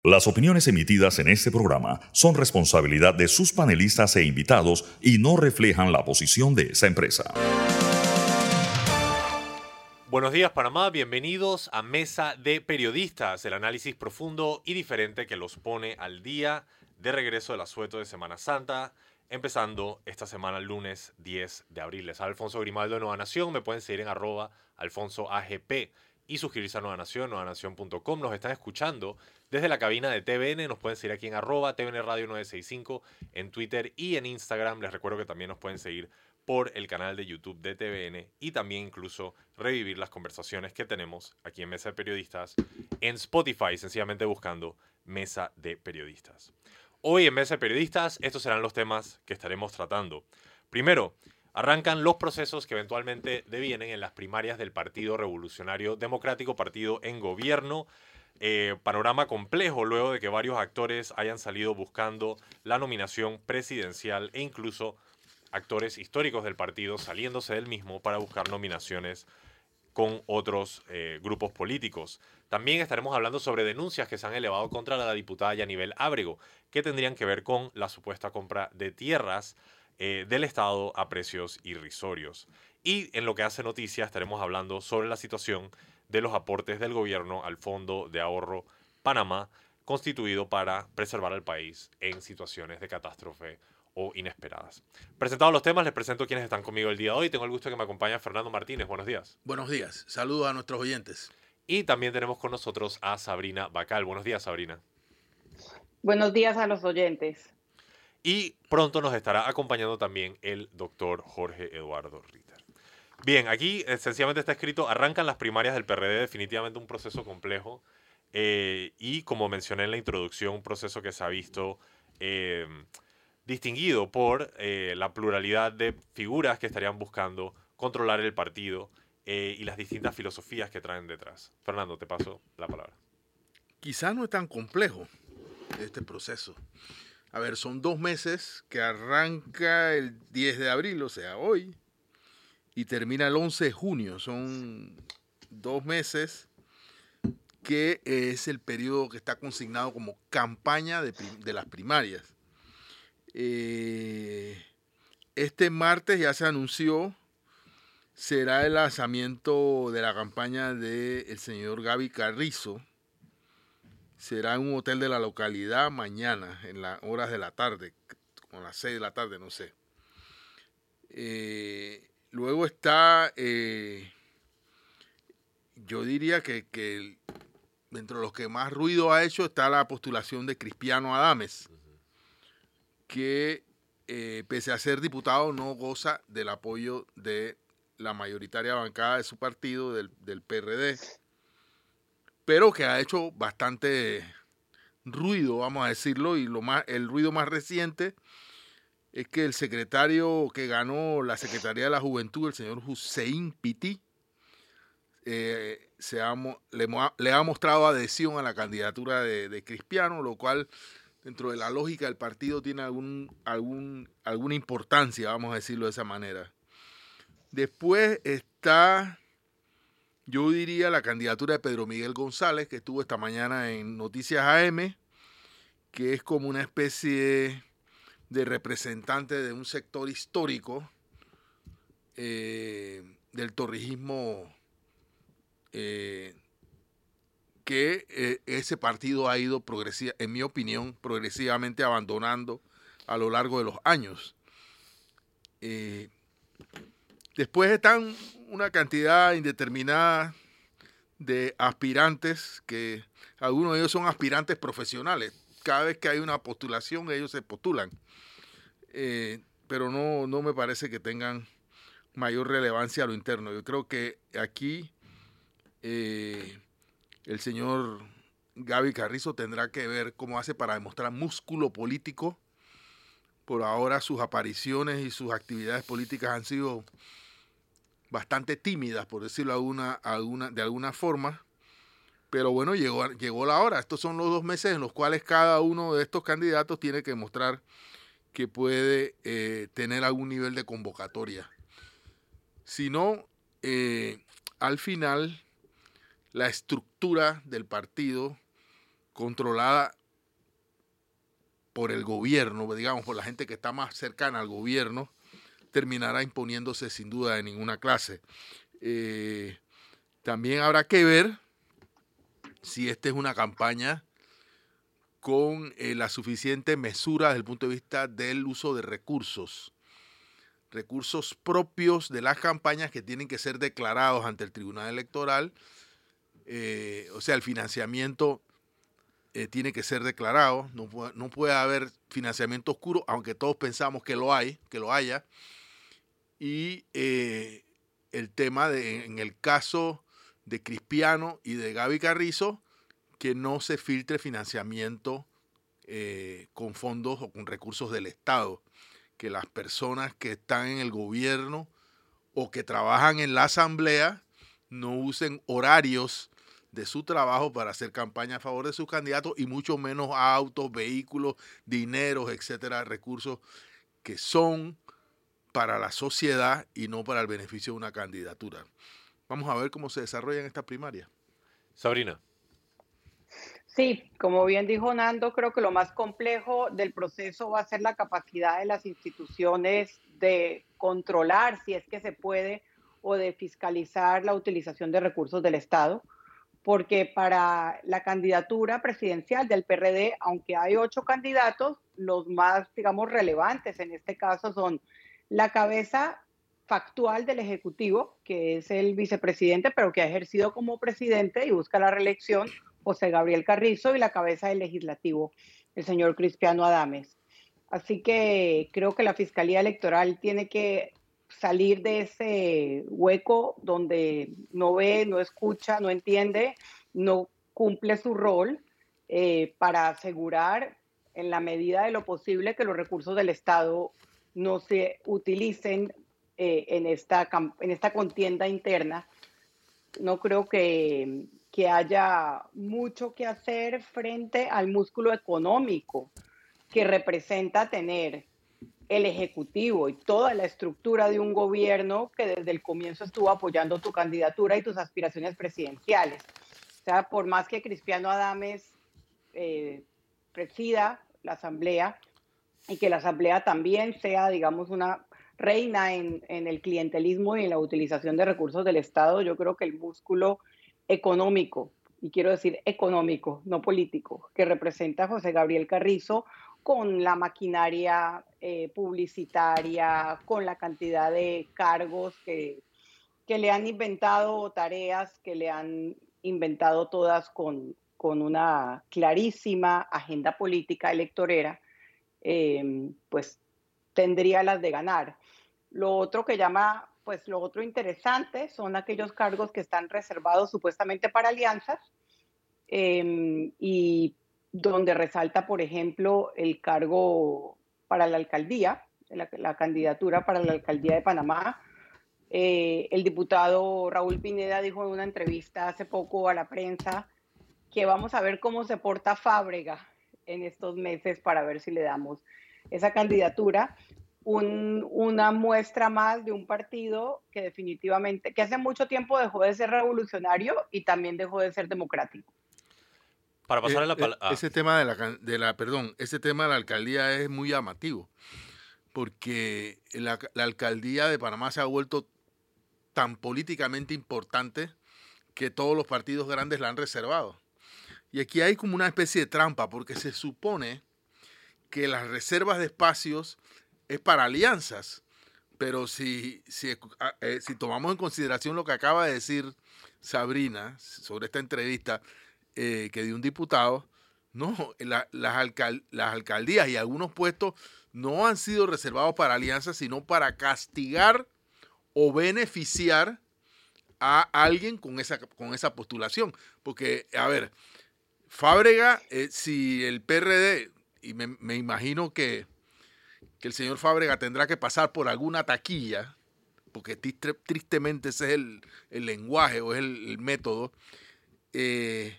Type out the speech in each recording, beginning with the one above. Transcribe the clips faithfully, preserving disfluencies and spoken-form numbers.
Las opiniones emitidas en este programa son responsabilidad de sus panelistas e invitados y no reflejan la posición de esa empresa. Buenos días, Panamá. Bienvenidos a Mesa de Periodistas, el análisis profundo y diferente que los pone al día de regreso del asueto de Semana Santa, empezando esta semana el lunes diez de abril. Les habla Alfonso Grimaldo de Nueva Nación. Me pueden seguir en arroba alfonso A G P y suscribirse a Nueva Nación, nueva nación punto com. Nos están escuchando desde la cabina de T V N. Nos pueden seguir aquí en arroba T V N Radio nueve sesenta y cinco en Twitter y en Instagram. Les recuerdo que también nos pueden seguir por el canal de YouTube de T V N y también incluso revivir las conversaciones que tenemos aquí en Mesa de Periodistas en Spotify, sencillamente buscando Mesa de Periodistas. Hoy en Mesa de Periodistas estos serán los temas que estaremos tratando. Primero, arrancan los procesos que eventualmente devienen en las primarias del Partido Revolucionario Democrático, partido en gobierno. Eh, panorama complejo luego de que varios actores hayan salido buscando la nominación presidencial e incluso actores históricos del partido saliéndose del mismo para buscar nominaciones con otros eh, grupos políticos. También estaremos hablando sobre denuncias que se han elevado contra la diputada Yanibel Ábrego, que tendrían que ver con la supuesta compra de tierras eh, del Estado a precios irrisorios. Y en lo que hace noticia estaremos hablando sobre la situación de los aportes del gobierno al Fondo de Ahorro Panamá, constituido para preservar al país en situaciones de catástrofe o inesperadas. Presentados los temas, les presento quienes están conmigo el día de hoy. Tengo el gusto de que me acompañe Fernando Martínez. Buenos días. Buenos días. Saludos a nuestros oyentes. Y también tenemos con nosotros a Sabrina Bacal. Buenos días, Sabrina. Buenos días a los oyentes. Y pronto nos estará acompañando también el doctor Jorge Eduardo Ritter. Bien, aquí eh, sencillamente está escrito, arrancan las primarias del P R D, definitivamente un proceso complejo. Eh, y como mencioné en la introducción, un proceso que se ha visto Eh, distinguido por eh, la pluralidad de figuras que estarían buscando controlar el partido eh, y las distintas filosofías que traen detrás. Fernando, te paso la palabra. Quizás no es tan complejo este proceso. A ver, son dos meses que arranca el diez de abril, o sea, hoy, y termina el once de junio. Son dos meses que es el periodo que está consignado como campaña de, de las primarias. Eh, este martes ya se anunció, será el lanzamiento de la campaña del señor Gaby Carrizo. Será en un hotel de la localidad mañana, en las horas de la tarde, como las seis de la tarde, no sé. Eh, luego está, eh, yo diría que, que dentro de los que más ruido ha hecho está la postulación de Cristiano Adames, que eh, pese a ser diputado no goza del apoyo de la mayoritaria bancada de su partido, del, del P R D, pero que ha hecho bastante ruido, vamos a decirlo, y lo más, el ruido más reciente es que el secretario que ganó la Secretaría de la Juventud, el señor Hussein Piti, eh, se ha, le, le ha mostrado adhesión a la candidatura de, de Cristiano, lo cual dentro de la lógica del partido tiene algún, algún, alguna importancia, vamos a decirlo de esa manera. Después está, yo diría, la candidatura de Pedro Miguel González, que estuvo esta mañana en Noticias A M, que es como una especie de representante de un sector histórico eh, del torrijismo eh, que eh, ese partido ha ido, progresiva, en mi opinión, progresivamente abandonando a lo largo de los años. Eh, después están una cantidad indeterminada de aspirantes, que algunos de ellos son aspirantes profesionales. Cada vez que hay una postulación, ellos se postulan. Eh, pero no, no me parece que tengan mayor relevancia a lo interno. Yo creo que aquí eh, el señor Gaby Carrizo tendrá que ver cómo hace para demostrar músculo político. Por ahora sus apariciones y sus actividades políticas han sido bastante tímidas, por decirlo alguna, alguna, de alguna forma. Pero bueno, llegó, llegó la hora. Estos son los dos meses en los cuales cada uno de estos candidatos tiene que mostrar que puede eh, tener algún nivel de convocatoria. Si no, eh, al final, la estructura del partido controlada por el gobierno, digamos, por la gente que está más cercana al gobierno, terminará imponiéndose sin duda de ninguna clase. Eh, también habrá que ver si esta es una campaña con eh, la suficiente mesura desde el punto de vista del uso de recursos, recursos propios de las campañas que tienen que ser declarados ante el Tribunal Electoral. Eh, o sea, el financiamiento eh, tiene que ser declarado, no puede, no puede haber financiamiento oscuro, aunque todos pensamos que lo hay, que lo haya. Y eh, el tema de, en el caso de Crispiano y de Gaby Carrizo, que no se filtre financiamiento eh, con fondos o con recursos del Estado, que las personas que están en el gobierno o que trabajan en la asamblea no usen horarios de su trabajo para hacer campaña a favor de sus candidatos y mucho menos autos, vehículos, dineros, etcétera, recursos que son para la sociedad y no para el beneficio de una candidatura. Vamos a ver cómo se desarrollan estas primarias. Sabrina. Sí, como bien dijo Nando, creo que lo más complejo del proceso va a ser la capacidad de las instituciones de controlar, si es que se puede, o de fiscalizar la utilización de recursos del Estado, porque para la candidatura presidencial del P R D, aunque hay ocho candidatos, los más, digamos, relevantes en este caso son la cabeza factual del Ejecutivo, que es el vicepresidente, pero que ha ejercido como presidente y busca la reelección, José Gabriel Carrizo, y la cabeza del Legislativo, el señor Crispiano Adames. Así que creo que la Fiscalía Electoral tiene que salir de ese hueco donde no ve, no escucha, no entiende, no cumple su rol eh, para asegurar en la medida de lo posible que los recursos del Estado no se utilicen eh, en, esta, en esta contienda interna. No creo que, que haya mucho que hacer frente al músculo económico que representa tener el Ejecutivo y toda la estructura de un gobierno que desde el comienzo estuvo apoyando tu candidatura y tus aspiraciones presidenciales. O sea, por más que Crispiano Adames eh, presida la Asamblea y que la Asamblea también sea, digamos, una reina en, en el clientelismo y en la utilización de recursos del Estado, yo creo que el músculo económico, y quiero decir económico, no político, que representa José Gabriel Carrizo, con la maquinaria eh, publicitaria, con la cantidad de cargos que, que le han inventado, tareas que le han inventado todas con, con una clarísima agenda política electorera, eh, pues tendría las de ganar. Lo otro que llama, pues lo otro interesante son aquellos cargos que están reservados supuestamente para alianzas eh, y donde resalta, por ejemplo, el cargo para la alcaldía, la, la candidatura para la alcaldía de Panamá. Eh, el diputado Raúl Pineda dijo en una entrevista hace poco a la prensa que vamos a ver cómo se porta Fábrega en estos meses para ver si le damos esa candidatura. Un, una muestra más de un partido que definitivamente, que hace mucho tiempo dejó de ser revolucionario y también dejó de ser democrático. Para pasar a la palabra. Ah. Ese tema de la, de la, perdón, ese tema de la alcaldía es muy llamativo, porque la, la alcaldía de Panamá se ha vuelto tan políticamente importante que todos los partidos grandes la han reservado. Y aquí hay como una especie de trampa, porque se supone que las reservas de espacios es para alianzas, pero si, si, eh, si tomamos en consideración lo que acaba de decir Sabrina sobre esta entrevista eh, que dio un diputado, no, la, las, alcal, las alcaldías y algunos puestos no han sido reservados para alianzas, sino para castigar o beneficiar a alguien con esa, con esa postulación. Porque, a ver, Fábrega, eh, si el P R D, y me, me imagino que, que el señor Fábrega tendrá que pasar por alguna taquilla, porque triste, tristemente ese es el, el lenguaje o es el, el método, eh,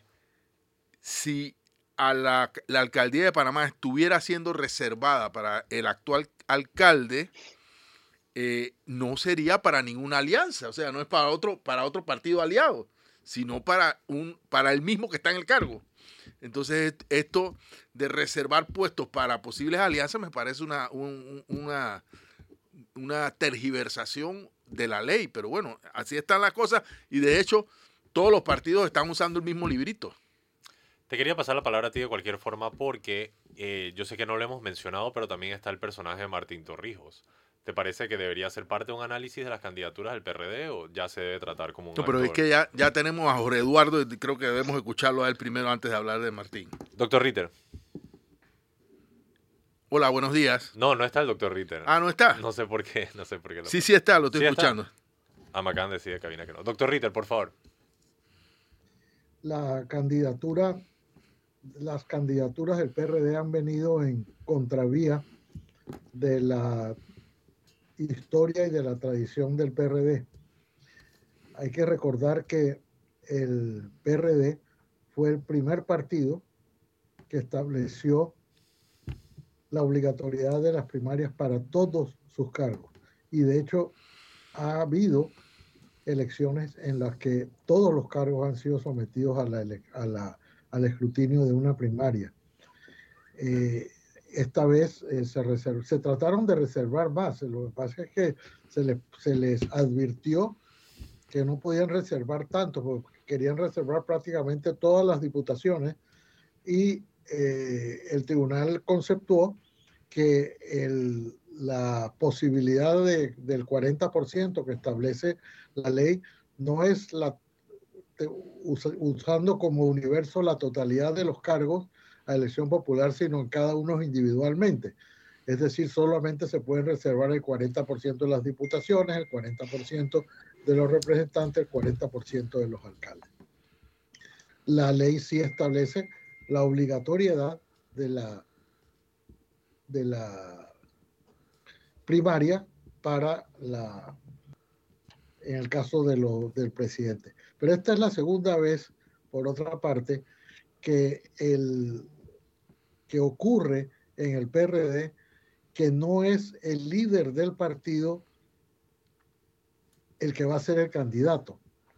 si a la, la alcaldía de Panamá estuviera siendo reservada para el actual alcalde, eh, no sería para ninguna alianza, o sea, no es para otro, para otro partido aliado, sino para, un, para el mismo que está en el cargo. Entonces, esto de reservar puestos para posibles alianzas me parece una, un, una, una tergiversación de la ley. Pero bueno, así están las cosas y de hecho todos los partidos están usando el mismo librito. Te quería pasar la palabra a ti de cualquier forma porque eh, yo sé que no lo hemos mencionado, pero también está el personaje de Martín Torrijos. ¿Te parece que debería ser parte de un análisis de las candidaturas del P R D o ya se debe tratar como un No, pero actor? es que ya, ya tenemos a Jorge Eduardo y creo que debemos escucharlo a él primero antes de hablar de Martín. Doctor Ritter. Hola, buenos días. No, no está el doctor Ritter. Ah, ¿no está? No sé por qué, no sé por qué. Lo sí, sí está, lo estoy ¿Sí escuchando. Está? Ah, me acaban de decir de cabina que no. Doctor Ritter, por favor. La candidatura, las candidaturas del P R D han venido en contravía de la historia y de la tradición del P R D. Hay que recordar que el P R D fue el primer partido que estableció la obligatoriedad de las primarias para todos sus cargos. Y de hecho ha habido elecciones en las que todos los cargos han sido sometidos a la, a la, al escrutinio de una primaria. Eh, esta vez eh, se, reserv, se trataron de reservar bases. Lo que pasa es que se les, se les advirtió que no podían reservar tanto, porque querían reservar prácticamente todas las diputaciones y eh, el tribunal conceptuó que el, la posibilidad de, del cuarenta por ciento que establece la ley no es la, te, usando como universo la totalidad de los cargos a elección popular, sino en cada uno individualmente. Es decir, solamente se pueden reservar el cuarenta por ciento de las diputaciones, el cuarenta por ciento de los representantes, el cuarenta por ciento de los alcaldes. La ley sí establece la obligatoriedad de la, de la primaria para la, en el caso de lo, del presidente. Pero esta es la segunda vez, por otra parte, que, el, que ocurre en el P R D que no es el líder del partido el que va a ser el candidato.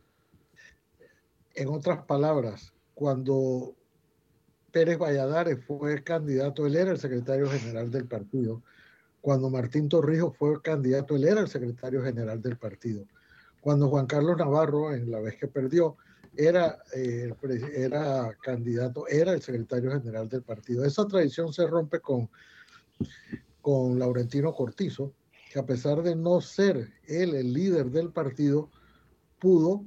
En otras palabras, cuando Pérez Valladares fue candidato, él era el secretario general del partido. Cuando Martín Torrijos fue candidato, él era el secretario general del partido. Cuando Juan Carlos Navarro, en la vez que perdió, era, eh, era candidato, era el secretario general del partido. Esa tradición se rompe con, con Laurentino Cortizo, que a pesar de no ser él el líder del partido, pudo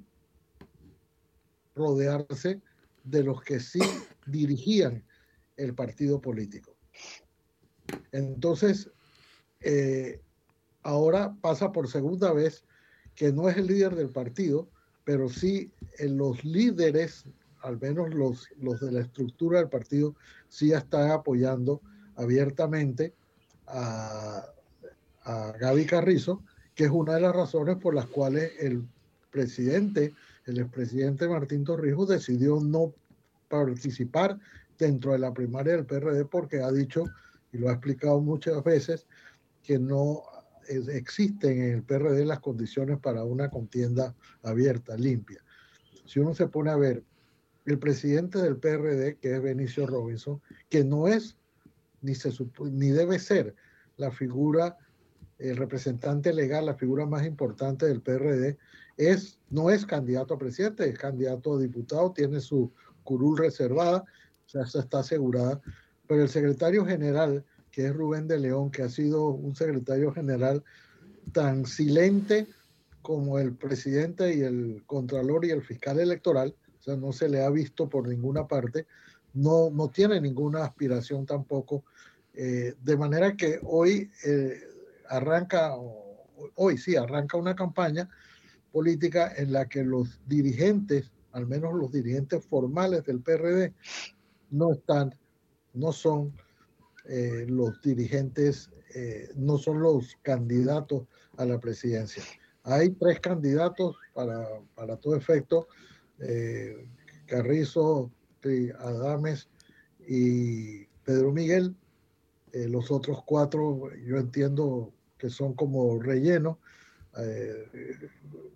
rodearse de los que sí dirigían el partido político. Entonces, eh, ahora pasa por segunda vez que no es el líder del partido, pero sí eh, los líderes, al menos los, los de la estructura del partido, sí están apoyando abiertamente a, a Gaby Carrizo, que es una de las razones por las cuales el presidente, el expresidente Martín Torrijos decidió no participar dentro de la primaria del P R D porque ha dicho, y lo ha explicado muchas veces, que no existen en el P R D las condiciones para una contienda abierta, limpia. Si uno se pone a ver, el presidente del P R D, que es Benicio Robinson, que no es, ni, se, ni debe ser la figura, el representante legal, la figura más importante del P R D, es, no es candidato a presidente, es candidato a diputado, tiene su curul reservada, o sea, esa está asegurada, pero el secretario general, que es Rubén de León, que ha sido un secretario general tan silente como el presidente y el contralor y el fiscal electoral, o sea, no se le ha visto por ninguna parte, no, no tiene ninguna aspiración tampoco, eh, de manera que hoy eh, arranca, hoy sí, arranca una campaña política en la que los dirigentes, al menos los dirigentes formales del P R D, no están, no son eh, los dirigentes, eh, no son los candidatos a la presidencia. Hay tres candidatos para, para todo efecto, eh, Carrizo, Adames y Pedro Miguel. Eh, los otros cuatro yo entiendo que son como relleno. Eh,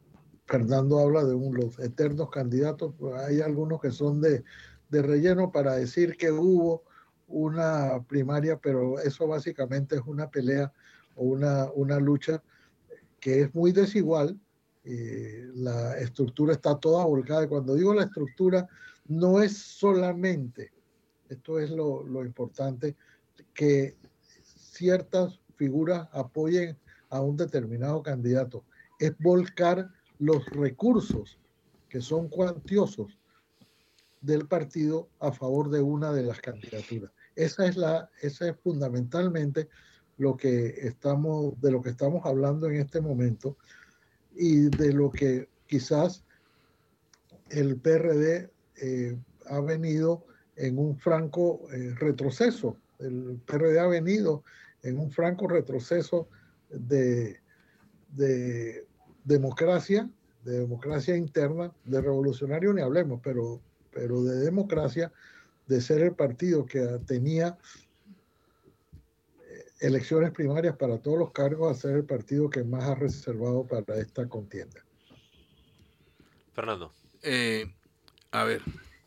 Fernando habla de un, los eternos candidatos, pues hay algunos que son de, de relleno para decir que hubo una primaria, pero eso básicamente es una pelea o una, una lucha que es muy desigual. Eh, la estructura está toda volcada. Y cuando digo la estructura, no es solamente, esto es lo, lo importante, que ciertas figuras apoyen a un determinado candidato, es volcar los recursos que son cuantiosos del partido a favor de una de las candidaturas. Esa es la, esa es fundamentalmente lo que estamos, de lo que estamos hablando en este momento y de lo que quizás el P R D eh, ha venido en un franco eh, retroceso. El P R D ha venido en un franco retroceso de, de democracia, de democracia interna, de revolucionario ni hablemos, pero, pero de democracia, de ser el partido que tenía elecciones primarias para todos los cargos, a ser el partido que más ha reservado para esta contienda. Fernando. Eh, a ver,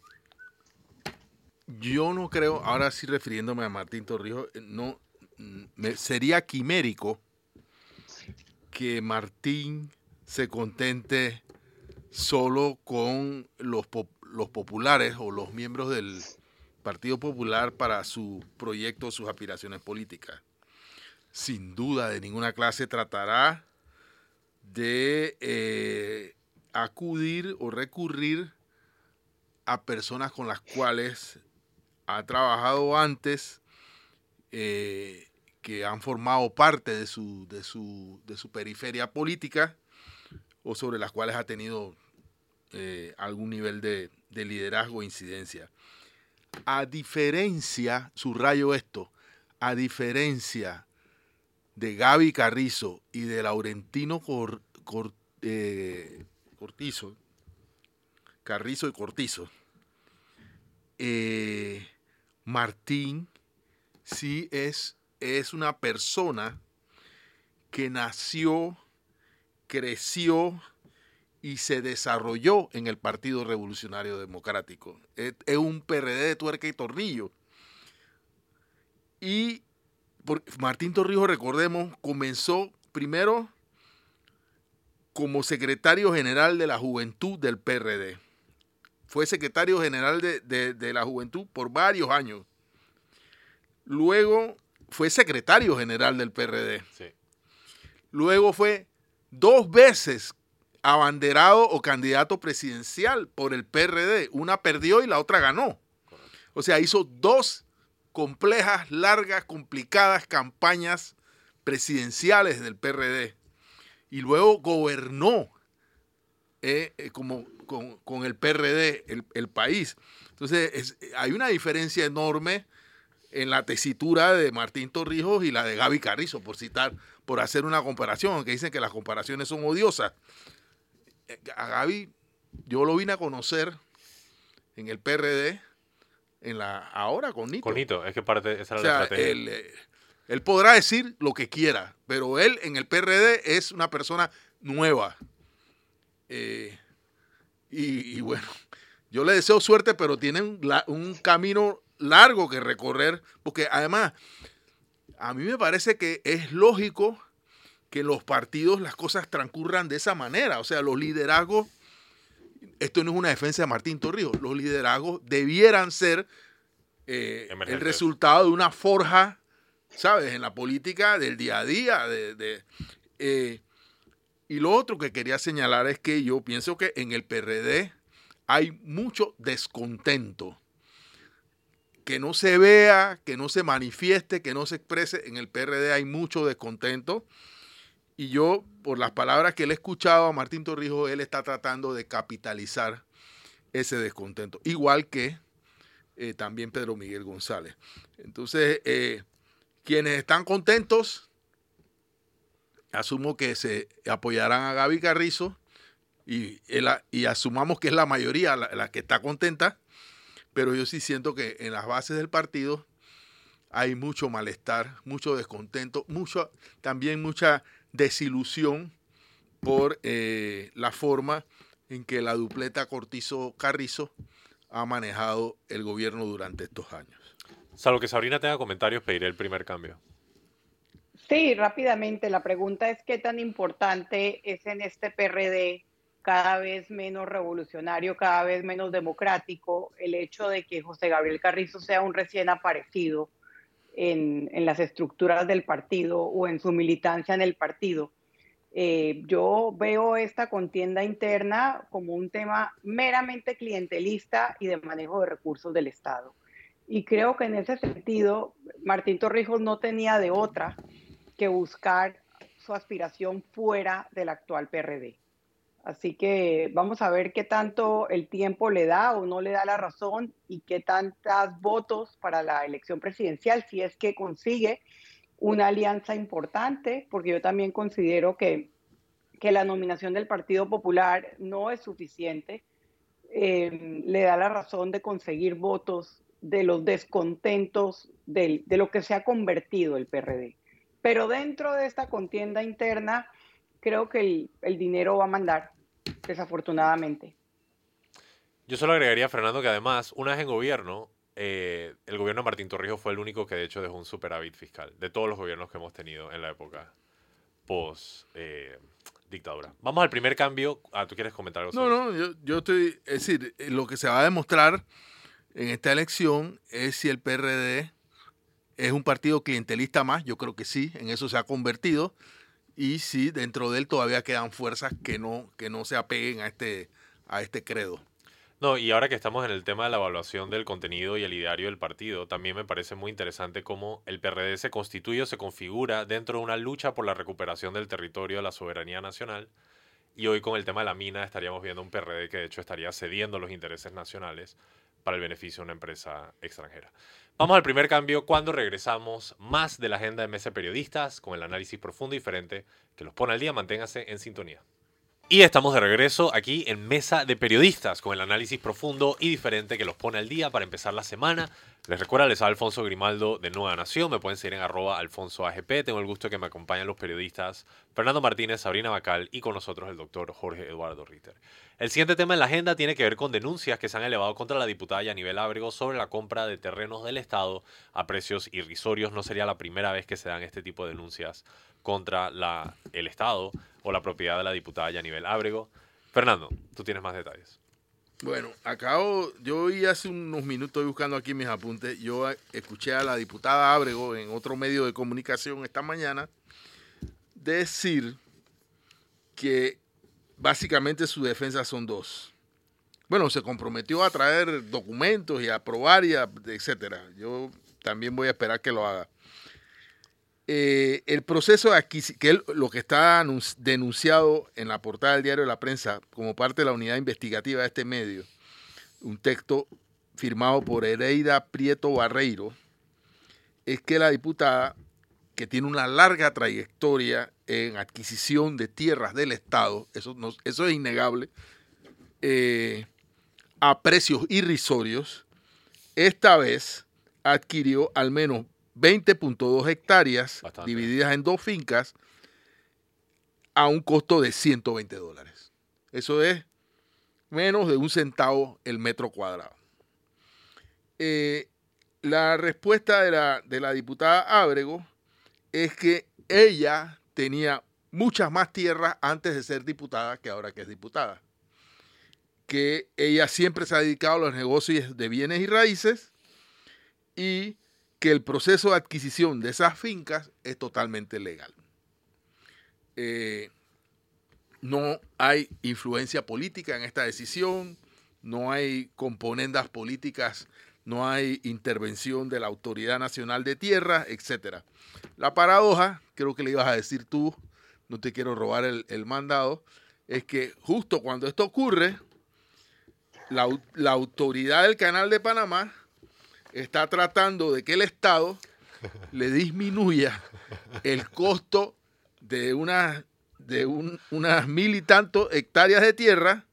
yo no creo, ahora sí refiriéndome a Martín Torrijos, no, me, sería quimérico que Martín se contente solo con los, pop, los populares o los miembros del Partido Popular para su proyecto, sus aspiraciones políticas. Sin duda, de ninguna clase tratará de eh, acudir o recurrir a personas con las cuales ha trabajado antes, eh, que han formado parte de su, de, su, de su periferia política o sobre las cuales ha tenido eh, algún nivel de, de liderazgo e incidencia. A diferencia, subrayo esto, a diferencia de Gaby Carrizo y de Laurentino Cor, Cor, eh, Cortizo, Carrizo y Cortizo, eh, Martín sí es, es una persona que nació, creció y se desarrolló en el Partido Revolucionario Democrático. Es, es un P R D de tuerca y tornillo. Y por, Martín Torrijos, recordemos, comenzó primero como secretario general de la Juventud del P R D. Fue secretario general de, de, de la Juventud por varios años. Luego fue secretario general del P R D. Sí. Luego fue dos veces abanderado o candidato presidencial por el P R D. Una perdió y la otra ganó. Correcto. O sea, hizo dos complejas, largas, complicadas campañas presidenciales del P R D. Y luego gobernó eh, eh, como, con, con el P R D el, el país. Entonces, es, hay una diferencia enorme en la tesitura de Martín Torrijos y la de Gaby Carrizo, por citar, por hacer una comparación, aunque dicen que las comparaciones son odiosas. A Gaby, yo lo vine a conocer en el P R D, en la, ahora con Nito. Con Nito, es que parte esa era o sea, la estrategia. Él, eh, él podrá decir lo que quiera, pero él en el P R D es una persona nueva. Eh, y, y bueno, yo le deseo suerte, pero tienen la, un camino largo que recorrer, porque además a mí me parece que es lógico que en los partidos las cosas transcurran de esa manera. O sea, los liderazgos, esto no es una defensa de Martín Torrijos, los liderazgos debieran ser eh, el resultado de una forja, ¿sabes?, en la política del día a día. De, de, eh, y lo otro que quería señalar es que yo pienso que en el P R D hay mucho descontento. Que no se vea, que no se manifieste, que no se exprese. En el P R D hay mucho descontento. Y yo, por las palabras que le he escuchado a Martín Torrijos, él está tratando de capitalizar ese descontento. Igual que eh, también Pedro Miguel González. Entonces, eh, quienes están contentos, asumo que se apoyarán a Gaby Carrizo y, el, y asumamos que es la mayoría la, la que está contenta. Pero yo sí siento que en las bases del partido hay mucho malestar, mucho descontento, mucho, también mucha desilusión por eh, la forma en que la dupleta Cortizo-Carrizo ha manejado el gobierno durante estos años. Salvo que Sabrina tenga comentarios, pediré el primer cambio. Sí, rápidamente. La pregunta es qué tan importante es en este P R D cada vez menos revolucionario, cada vez menos democrático, el hecho de que José Gabriel Carrizo sea un recién aparecido en, en las estructuras del partido o en su militancia en el partido. Eh, yo veo esta contienda interna como un tema meramente clientelista y de manejo de recursos del Estado. Y creo que en ese sentido, Martín Torrijos no tenía de otra que buscar su aspiración fuera del actual P R D. Así que vamos a ver qué tanto el tiempo le da o no le da la razón y qué tantos votos para la elección presidencial, si es que consigue una alianza importante, porque yo también considero que, que la nominación del Partido Popular no es suficiente. Eh, le da la razón de conseguir votos de los descontentos del, de lo que se ha convertido el P R D. Pero dentro de esta contienda interna, creo que el, el dinero va a mandar, desafortunadamente. Yo solo agregaría, Fernando, que además, una vez en gobierno, eh, el gobierno de Martín Torrijos fue el único que de hecho dejó un superávit fiscal, de todos los gobiernos que hemos tenido en la época post eh, dictadura. Vamos al primer cambio. Ah, ¿tú quieres comentar algo sobre No, no, yo, yo estoy, es decir, lo que se va a demostrar en esta elección es si el P R D es un partido clientelista más, yo creo que sí, en eso se ha convertido, y si dentro de él todavía quedan fuerzas que no, que no se apeguen a este, a este credo. No, y ahora que estamos en el tema de la evaluación del contenido y el ideario del partido, también me parece muy interesante cómo el P R D se constituye o se configura dentro de una lucha por la recuperación del territorio de la soberanía nacional. Y hoy con el tema de la mina estaríamos viendo un P R D que de hecho estaría cediendo los intereses nacionales para el beneficio de una empresa extranjera. Vamos al primer cambio cuando regresamos más de la agenda de Mesa de Periodistas con el análisis profundo y diferente que los pone al día. Manténgase en sintonía. Y estamos de regreso aquí en Mesa de Periodistas con el análisis profundo y diferente que los pone al día para empezar la semana. Les recuerdo, les habla Alfonso Grimaldo de Nueva Nación. Me pueden seguir en arroba alfonso A G P. Tengo el gusto de que me acompañen los periodistas Fernando Martínez, Sabrina Bacal y con nosotros el doctor Jorge Eduardo Ritter. El siguiente tema en la agenda tiene que ver con denuncias que se han elevado contra la diputada Yanibel Ábrego sobre la compra de terrenos del Estado a precios irrisorios. No sería la primera vez que se dan este tipo de denuncias contra la, el Estado o la propiedad de la diputada Yanibel Ábrego. Fernando, tú tienes más detalles. Bueno, acabo, yo oí hace unos minutos buscando aquí mis apuntes, yo escuché a la diputada Ábrego en otro medio de comunicación esta mañana decir que básicamente su defensa son dos. Bueno, se comprometió a traer documentos y a aprobar y a, etcétera. Yo también voy a esperar que lo haga. Eh, el proceso de adquisición, que es lo que está denunciado en la portada del diario de La Prensa como parte de la unidad investigativa de este medio, un texto firmado por Hereida Prieto Barreiro, es que la diputada, que tiene una larga trayectoria en adquisición de tierras del Estado, eso, no, eso es innegable, eh, a precios irrisorios, esta vez adquirió al menos veinte punto dos hectáreas Bastante. divididas en dos fincas a un costo de ciento veinte dólares. Eso es menos de un centavo el metro cuadrado. Eh, la respuesta de la, de la diputada Ábrego es que ella tenía muchas más tierras antes de ser diputada que ahora que es diputada. Que ella siempre se ha dedicado a los negocios de bienes y raíces y que el proceso de adquisición de esas fincas es totalmente legal. Eh, no hay influencia política en esta decisión, no hay componendas políticas, no hay intervención de la Autoridad Nacional de Tierras, etcétera. La paradoja, creo que le ibas a decir tú, no te quiero robar el, el mandado, es que justo cuando esto ocurre, la, la autoridad del Canal de Panamá está tratando de que el Estado le disminuya el costo de unas de un, unas mil y tantos hectáreas de tierra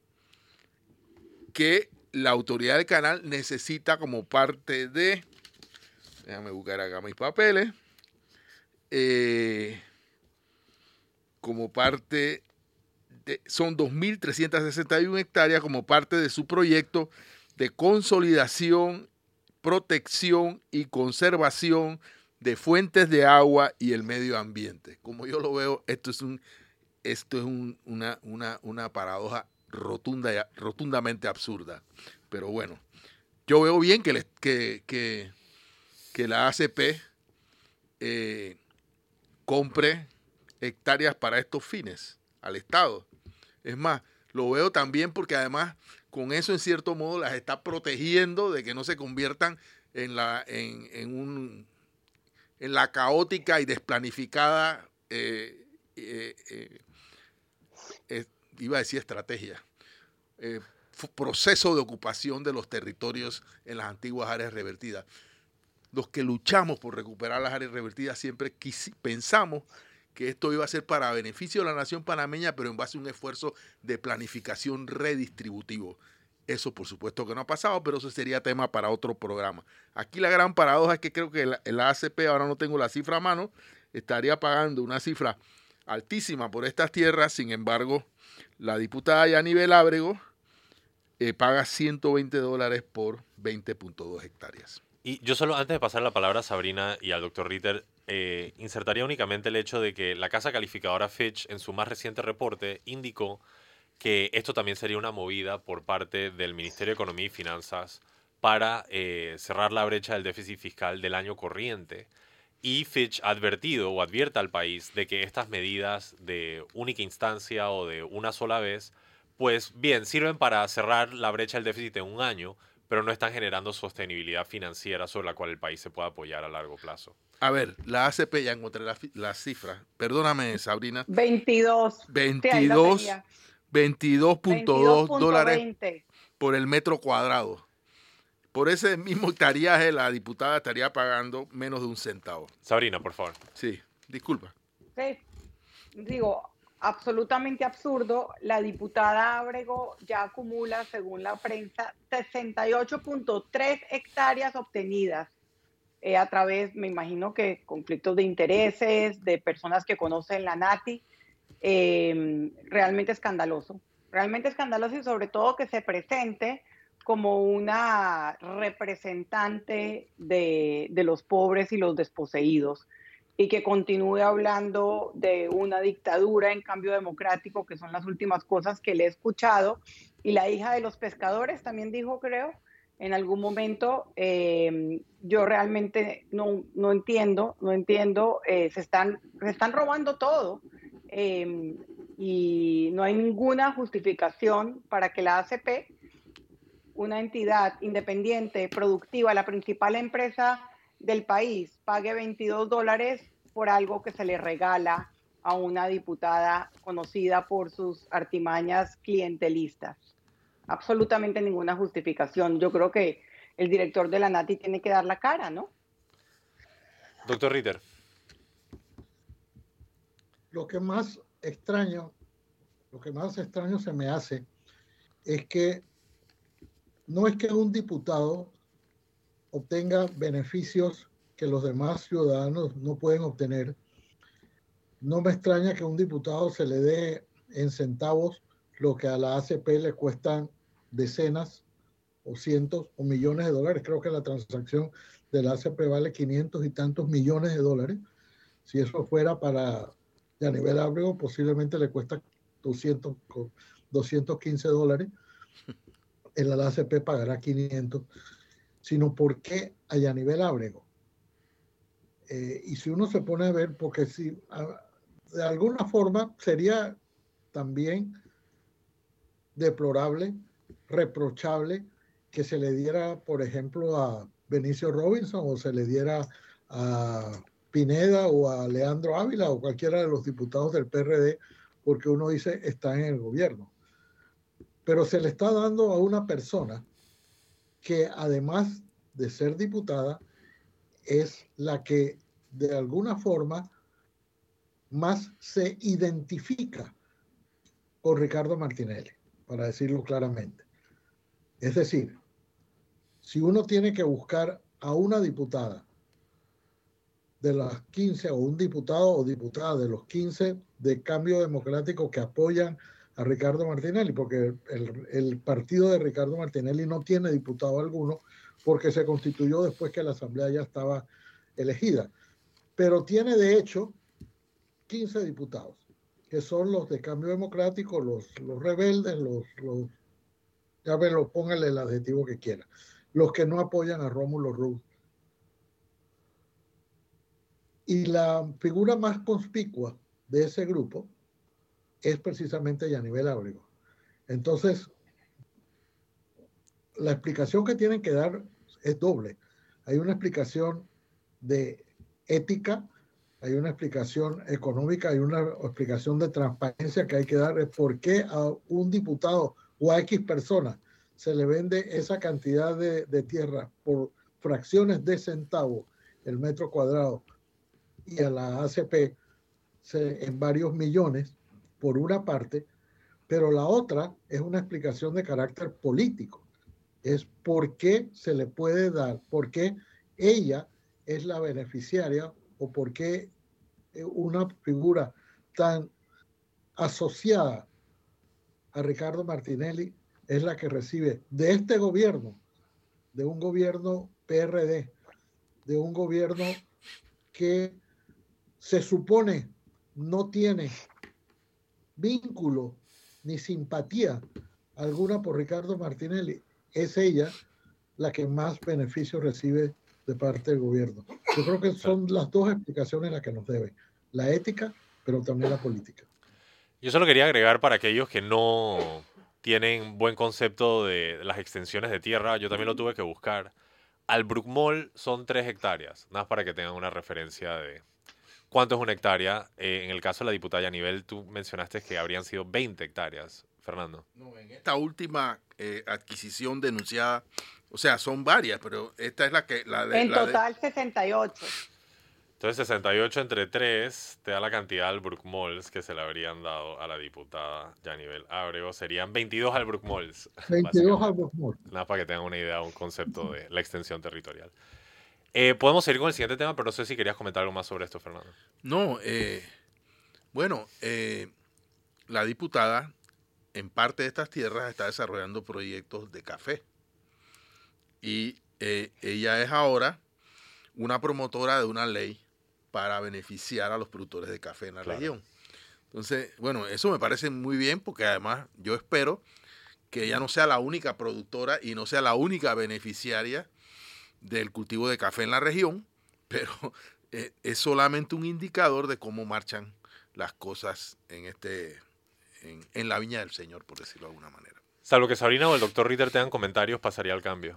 que la autoridad del canal necesita como parte de, déjame buscar acá mis papeles, eh, como parte de, son dos mil trescientas sesenta y una hectáreas como parte de su proyecto de consolidación, protección y conservación de fuentes de agua y el medio ambiente. Como yo lo veo, esto es, un, esto es un, una, una, una paradoja rotunda, rotundamente absurda. Pero bueno, yo veo bien que, les, que, que, que la A C P eh, compre hectáreas para estos fines al Estado. Es más, lo veo también porque además con eso en cierto modo las está protegiendo de que no se conviertan en la, en, en un, en la caótica y desplanificada eh, eh, eh, eh, iba a decir estrategia, eh, proceso de ocupación de los territorios en las antiguas áreas revertidas. Los que luchamos por recuperar las áreas revertidas siempre quisi, pensamos que esto iba a ser para beneficio de la nación panameña, pero en base a un esfuerzo de planificación redistributivo. Eso por supuesto que no ha pasado, pero eso sería tema para otro programa. Aquí la gran paradoja es que creo que la, la A C P, ahora no tengo la cifra a mano, estaría pagando una cifra altísima por estas tierras. Sin embargo, la diputada Yanibel Ábrego eh, paga ciento veinte dólares por veinte punto dos hectáreas. Y yo solo, antes de pasar la palabra a Sabrina y al doctor Ritter, eh, insertaría únicamente el hecho de que la casa calificadora Fitch, en su más reciente reporte, indicó que esto también sería una movida por parte del Ministerio de Economía y Finanzas para eh, cerrar la brecha del déficit fiscal del año corriente. Y Fitch ha advertido o advierta al país de que estas medidas de única instancia o de una sola vez, pues bien, sirven para cerrar la brecha del déficit en un año, pero no están generando sostenibilidad financiera sobre la cual el país se pueda apoyar a largo plazo. A ver, la A C P, ya encontré la, la cifra. Perdóname, Sabrina. veintidós. veintidós, veintidós punto dos dólares veinte por el metro cuadrado. Por ese mismo hectáreaje, la diputada estaría pagando menos de un centavo. Sabrina, por favor. Sí, disculpa. Sí, digo, absolutamente absurdo. La diputada Ábrego ya acumula, según la prensa, sesenta y ocho punto tres hectáreas obtenidas eh, a través, me imagino que conflictos de intereses, de personas que conocen la Nati. Eh, realmente escandaloso, realmente escandaloso y sobre todo que se presente como una representante de, de los pobres y los desposeídos y que continúe hablando de una dictadura en cambio democrático, que son las últimas cosas que le he escuchado. Y la hija de los pescadores también dijo, creo, en algún momento, eh, yo realmente no, no entiendo, no entiendo, eh, se, están, se están robando todo eh, y no hay ninguna justificación para que la A C P, una entidad independiente, productiva, la principal empresa del país, pague veintidós dólares por algo que se le regala a una diputada conocida por sus artimañas clientelistas. Absolutamente ninguna justificación. Yo creo que el director de la Nati tiene que dar la cara, ¿no? Doctor Ritter. Lo que más extraño, lo que más extraño se me hace es que no es que un diputado obtenga beneficios que los demás ciudadanos no pueden obtener. No me extraña que a un diputado se le dé en centavos lo que a la A C P le cuestan decenas o cientos o millones de dólares. Creo que la transacción de la A C P vale quinientos y tantos millones de dólares. Si eso fuera para Yanibel Ábrego, posiblemente le cuesta doscientos, doscientos quince dólares. En la A C P pagará quinientos. Sino por qué a Yanibel Ábrego. Eh, y si uno se pone a ver, porque si a, de alguna forma sería también deplorable, reprochable que se le diera, por ejemplo, a Benicio Robinson o se le diera a Pineda o a Leandro Ávila o cualquiera de los diputados del P R D, porque uno dice está en el gobierno. Pero se le está dando a una persona que además de ser diputada, es la que de alguna forma más se identifica con Ricardo Martinelli, para decirlo claramente. Es decir, si uno tiene que buscar a una diputada de las quince o un diputado o diputada de los quince de Cambio Democrático que apoyan a Ricardo Martinelli, porque el, el partido de Ricardo Martinelli no tiene diputado alguno, porque se constituyó después que la Asamblea ya estaba elegida. Pero tiene, de hecho, quince diputados, que son los de Cambio Democrático, los, los rebeldes, los, los ya me lo pónganle el adjetivo que quiera, los que no apoyan a Rómulo Rux. Y la figura más conspicua de ese grupo es precisamente Yanivel Ábrego. Entonces, la explicación que tienen que dar es doble. Hay una explicación de ética, hay una explicación económica, hay una explicación de transparencia que hay que dar. Es por qué a un diputado o a X persona se le vende esa cantidad de, de tierra por fracciones de centavo el metro cuadrado y a la A C P se, en varios millones, por una parte, pero la otra es una explicación de carácter político. Es por qué se le puede dar, por qué ella es la beneficiaria o por qué una figura tan asociada a Ricardo Martinelli es la que recibe de este gobierno, de un gobierno P R D, de un gobierno que se supone no tiene vínculo ni simpatía alguna por Ricardo Martinelli, es ella la que más beneficios recibe de parte del gobierno. Yo creo que son las dos explicaciones las que nos deben, la ética, pero también la política. Yo solo quería agregar para aquellos que no tienen buen concepto de las extensiones de tierra, yo también lo tuve que buscar. Al Bruckmol son tres hectáreas, nada más para que tengan una referencia de cuánto es una hectárea. Eh, en el caso de la diputada Yanivel, tú mencionaste que habrían sido veinte hectáreas, Fernando. No, en esta última eh, adquisición denunciada, o sea, son varias, pero esta es la que... La de, en la total de... sesenta y ocho. Entonces sesenta y ocho entre tres te da la cantidad al Bruckmols que se le habrían dado a la diputada Yanivel Ábrego. Serían veintidós al Bruckmols. veintidós al Bruckmol. Nada para que tengan una idea, un concepto de la extensión territorial. Eh, podemos seguir con el siguiente tema, pero no sé si querías comentar algo más sobre esto, Fernando. No, eh, bueno, eh, la diputada en parte de estas tierras está desarrollando proyectos de café. Y eh, ella es ahora una promotora de una ley para beneficiar a los productores de café en la Claro. región. Entonces, bueno, eso me parece muy bien porque además yo espero que ella no sea la única productora y no sea la única beneficiaria del cultivo de café en la región, pero eh, es solamente un indicador de cómo marchan las cosas en este en, en la viña del Señor, por decirlo de alguna manera. Salvo que Sabrina o el doctor Ritter tengan comentarios, pasaría al cambio.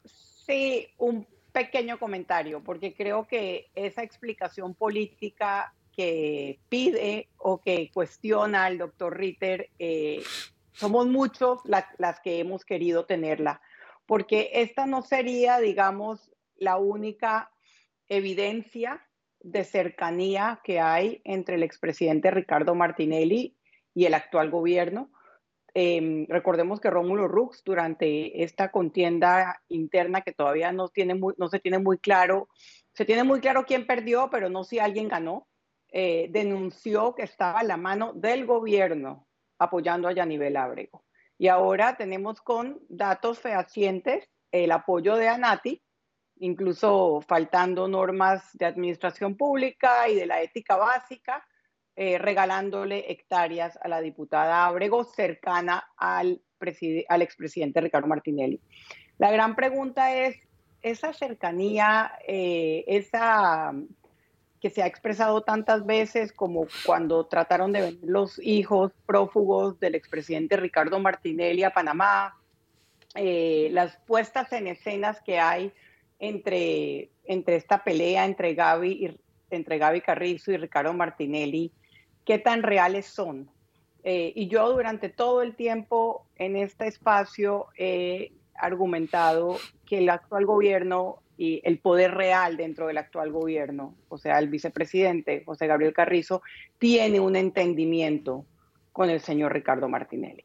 Sí, un pequeño comentario, porque creo que esa explicación política que pide o que cuestiona el doctor Ritter, eh, somos muchos la, las que hemos querido tenerla, porque esta no sería, digamos, la única evidencia de cercanía que hay entre el expresidente Ricardo Martinelli y el actual gobierno. Eh, recordemos que Rómulo Rux, durante esta contienda interna que todavía no, tiene muy, no se tiene muy claro, se tiene muy claro quién perdió, pero no si alguien ganó, eh, denunció que estaba a la mano del gobierno apoyando a Yanivel Ábrego. Y ahora tenemos con datos fehacientes el apoyo de ANATI, incluso faltando normas de administración pública y de la ética básica, Eh, regalándole hectáreas a la diputada Ábrego, cercana al, al expresidente Ricardo Martinelli. La gran pregunta es, esa cercanía, eh, esa que se ha expresado tantas veces como cuando trataron de venir los hijos prófugos del expresidente Ricardo Martinelli a Panamá, eh, las puestas en escenas que hay entre, entre esta pelea entre Gaby, y, entre Gaby Carrizo y Ricardo Martinelli, qué tan reales son. Eh, y yo durante todo el tiempo en este espacio he argumentado que el actual gobierno y el poder real dentro del actual gobierno, o sea, el vicepresidente José Gabriel Carrizo, tiene un entendimiento con el señor Ricardo Martinelli.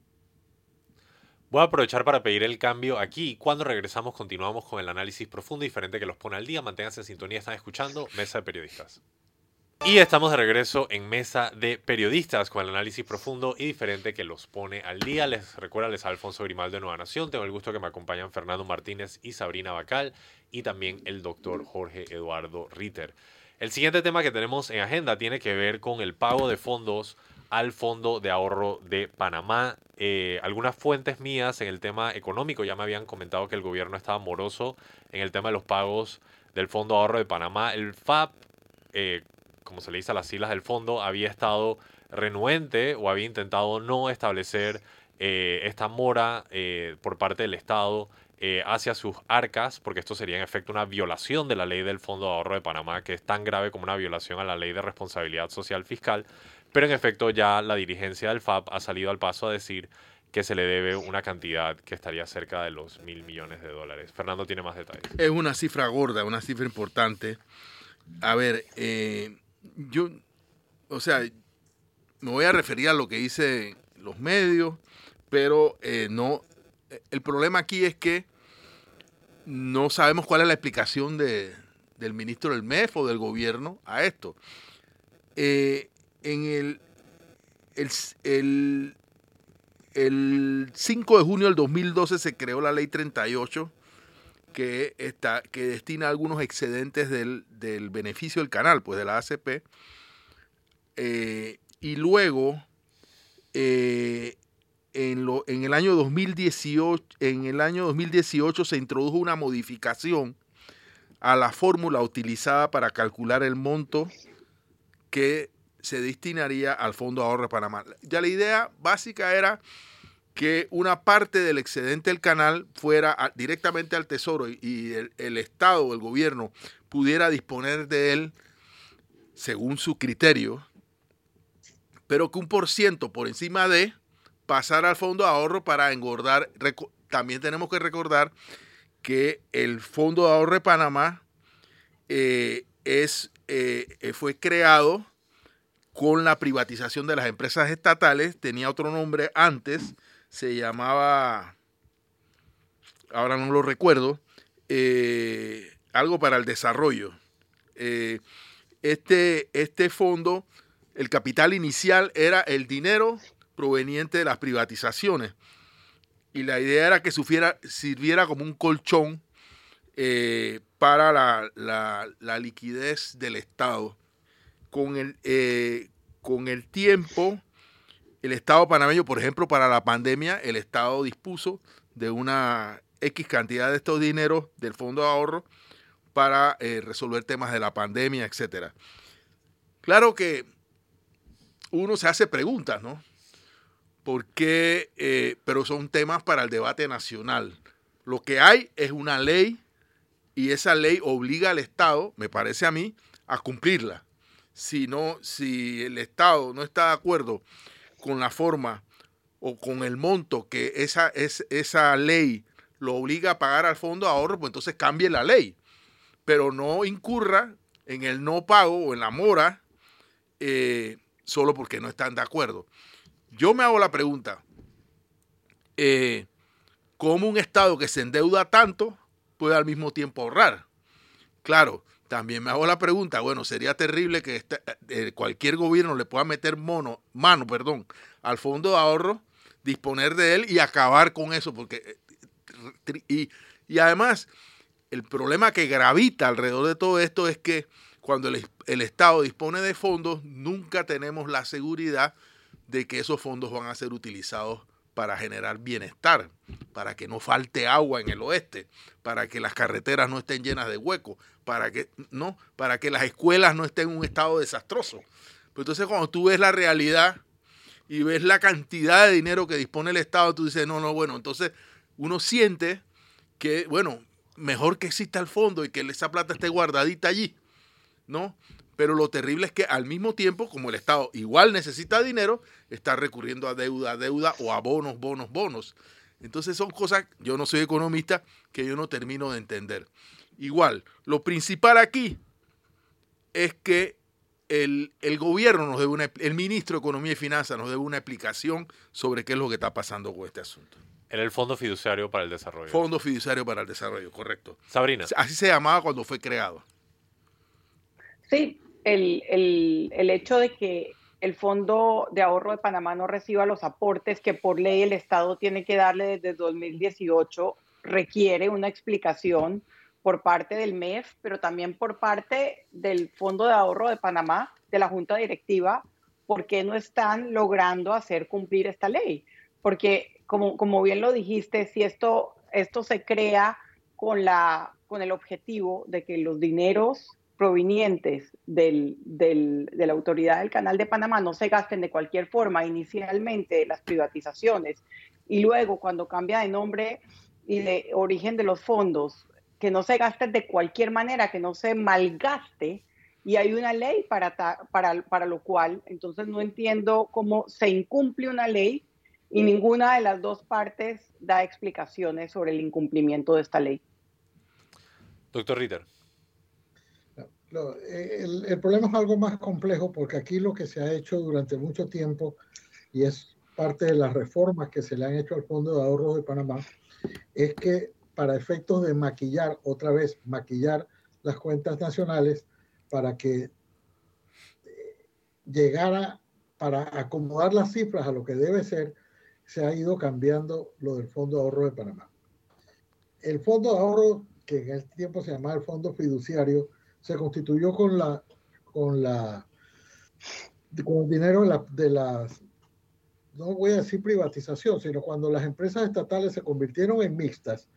Voy a aprovechar para pedir el cambio aquí. Cuando regresamos continuamos con el análisis profundo y diferente que los pone al día. Manténganse en sintonía, están escuchando Mesa de Periodistas. Y estamos de regreso en Mesa de Periodistas con el análisis profundo y diferente que los pone al día. Les recuerda, les Alfonso Grimaldo de Nueva Nación. Tengo el gusto que me acompañan Fernando Martínez y Sabrina Bacal y también el doctor Jorge Eduardo Ritter. El siguiente tema que tenemos en agenda tiene que ver con el pago de fondos al Fondo de Ahorro de Panamá. Eh, algunas fuentes mías en el tema económico ya me habían comentado que el gobierno estaba moroso en el tema de los pagos del Fondo de Ahorro de Panamá. El F A P, eh, como se le dice a las siglas del fondo, había estado renuente o había intentado no establecer eh, esta mora eh, por parte del Estado eh, hacia sus arcas, porque esto sería en efecto una violación de la ley del Fondo de Ahorro de Panamá, que es tan grave como una violación a la ley de responsabilidad social fiscal. Pero en efecto ya la dirigencia del F A P ha salido al paso a decir que se le debe una cantidad que estaría cerca de los mil millones de dólares. Fernando tiene más detalles. Es una cifra gorda, una cifra importante. A ver, eh, yo, o sea, me voy a referir a lo que dicen los medios, pero eh, no. El problema aquí es que no sabemos cuál es la explicación de, del ministro del M E F o del gobierno a esto. Eh, en el, el, el, el cinco de junio del dos mil doce se creó la ley treinta y ocho que, está, que destina algunos excedentes del, del beneficio del canal, pues de la A C P. Eh, y luego, eh, en, lo, en, el año dos mil dieciocho, en el año dos mil dieciocho se introdujo una modificación a la fórmula utilizada para calcular el monto que se destinaría al Fondo de Ahorro de Panamá. Ya la idea básica era que una parte del excedente del canal fuera a, directamente al Tesoro y, y el, el Estado o el gobierno pudiera disponer de él según su criterio, pero que un por ciento por encima de pasar al Fondo de Ahorro para engordar. También tenemos que recordar que el Fondo de Ahorro de Panamá eh, es, eh, fue creado con la privatización de las empresas estatales. Tenía otro nombre antes, se llamaba, ahora no lo recuerdo, eh, algo para el desarrollo. Eh, este, este fondo, el capital inicial era el dinero proveniente de las privatizaciones y la idea era que sirviera, sirviera como un colchón eh, para la, la, la liquidez del Estado. Con el, eh, con el tiempo, el Estado panameño, por ejemplo, para la pandemia, el Estado dispuso de una X cantidad de estos dineros del Fondo de Ahorro para eh, resolver temas de la pandemia, etcétera. Claro que uno se hace preguntas, ¿no? ¿Por qué? Eh, pero son temas para el debate nacional. Lo que hay es una ley y esa ley obliga al Estado, me parece a mí, a cumplirla. Si no, si el Estado no está de acuerdo con la forma o con el monto que esa, es, esa ley lo obliga a pagar al Fondo de Ahorro, pues entonces cambie la ley. Pero no incurra en el no pago o en la mora eh, solo porque no están de acuerdo. Yo me hago la pregunta, eh, ¿cómo un Estado que se endeuda tanto puede al mismo tiempo ahorrar? Claro, también me hago la pregunta, bueno, sería terrible que este, eh, cualquier gobierno le pueda meter mono, mano perdón, al Fondo de Ahorro, disponer de él y acabar con eso. Porque y, y además, el problema que gravita alrededor de todo esto es que cuando el, el Estado dispone de fondos, nunca tenemos la seguridad de que esos fondos van a ser utilizados para generar bienestar, para que no falte agua en el oeste, para que las carreteras no estén llenas de huecos, para que, no, para que las escuelas no estén en un estado desastroso. Pero entonces cuando tú ves la realidad y ves la cantidad de dinero que dispone el Estado, tú dices, no, no, bueno, entonces uno siente que, bueno, mejor que exista el fondo y que esa plata esté guardadita allí, ¿no? Pero lo terrible es que al mismo tiempo, como el Estado igual necesita dinero, está recurriendo a deuda, a deuda o a bonos, bonos, bonos. Entonces son cosas, yo no soy economista, que yo no termino de entender. Igual, lo principal aquí es que el, el gobierno nos debe una, el ministro de Economía y Finanzas nos debe una explicación sobre qué es lo que está pasando con este asunto. En el Fondo Fiduciario para el Desarrollo. Fondo Fiduciario para el Desarrollo, correcto. Sabrina. Así se llamaba cuando fue creado. Sí. el, el, el hecho de que el Fondo de Ahorro de Panamá no reciba los aportes que por ley el Estado tiene que darle desde dos mil dieciocho requiere una explicación por parte del M E F, pero también por parte del Fondo de Ahorro de Panamá, de la Junta Directiva, por qué no están logrando hacer cumplir esta ley. Porque, como, como bien lo dijiste, si esto, esto se crea con, la, con el objetivo de que los dineros provenientes del, del, de la autoridad del Canal de Panamá no se gasten de cualquier forma, inicialmente las privatizaciones, y luego cuando cambia de nombre y de origen de los fondos, que no se gasten de cualquier manera, que no se malgaste, y hay una ley para, para, para lo cual, entonces no entiendo cómo se incumple una ley y ninguna de las dos partes da explicaciones sobre el incumplimiento de esta ley. Doctor Ritter. No, el, el problema es algo más complejo porque aquí lo que se ha hecho durante mucho tiempo, y es parte de las reformas que se le han hecho al Fondo de Ahorros de Panamá, es que para efectos de maquillar, otra vez maquillar las cuentas nacionales para que llegara, para acomodar las cifras a lo que debe ser, se ha ido cambiando lo del Fondo de Ahorro de Panamá. El Fondo de Ahorro, que en este tiempo se llamaba el Fondo Fiduciario, se constituyó con la con la con el dinero de, la, de las, no voy a decir privatización, sino cuando las empresas estatales se convirtieron en mixtas,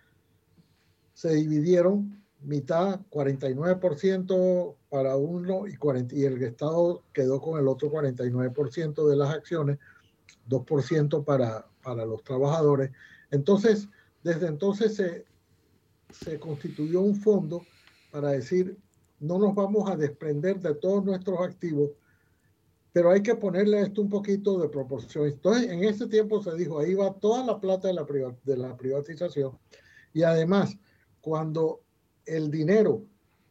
se dividieron mitad, cuarenta y nueve por ciento para uno y, cuarenta, y el Estado quedó con el otro cuarenta y nueve por ciento de las acciones, dos por ciento para, para los trabajadores. Entonces, desde entonces se, se constituyó un fondo para decir, no nos vamos a desprender de todos nuestros activos, pero hay que ponerle a esto un poquito de proporción. Entonces, en ese tiempo se dijo, ahí va toda la plata de la, de la privatización. Y además, cuando el dinero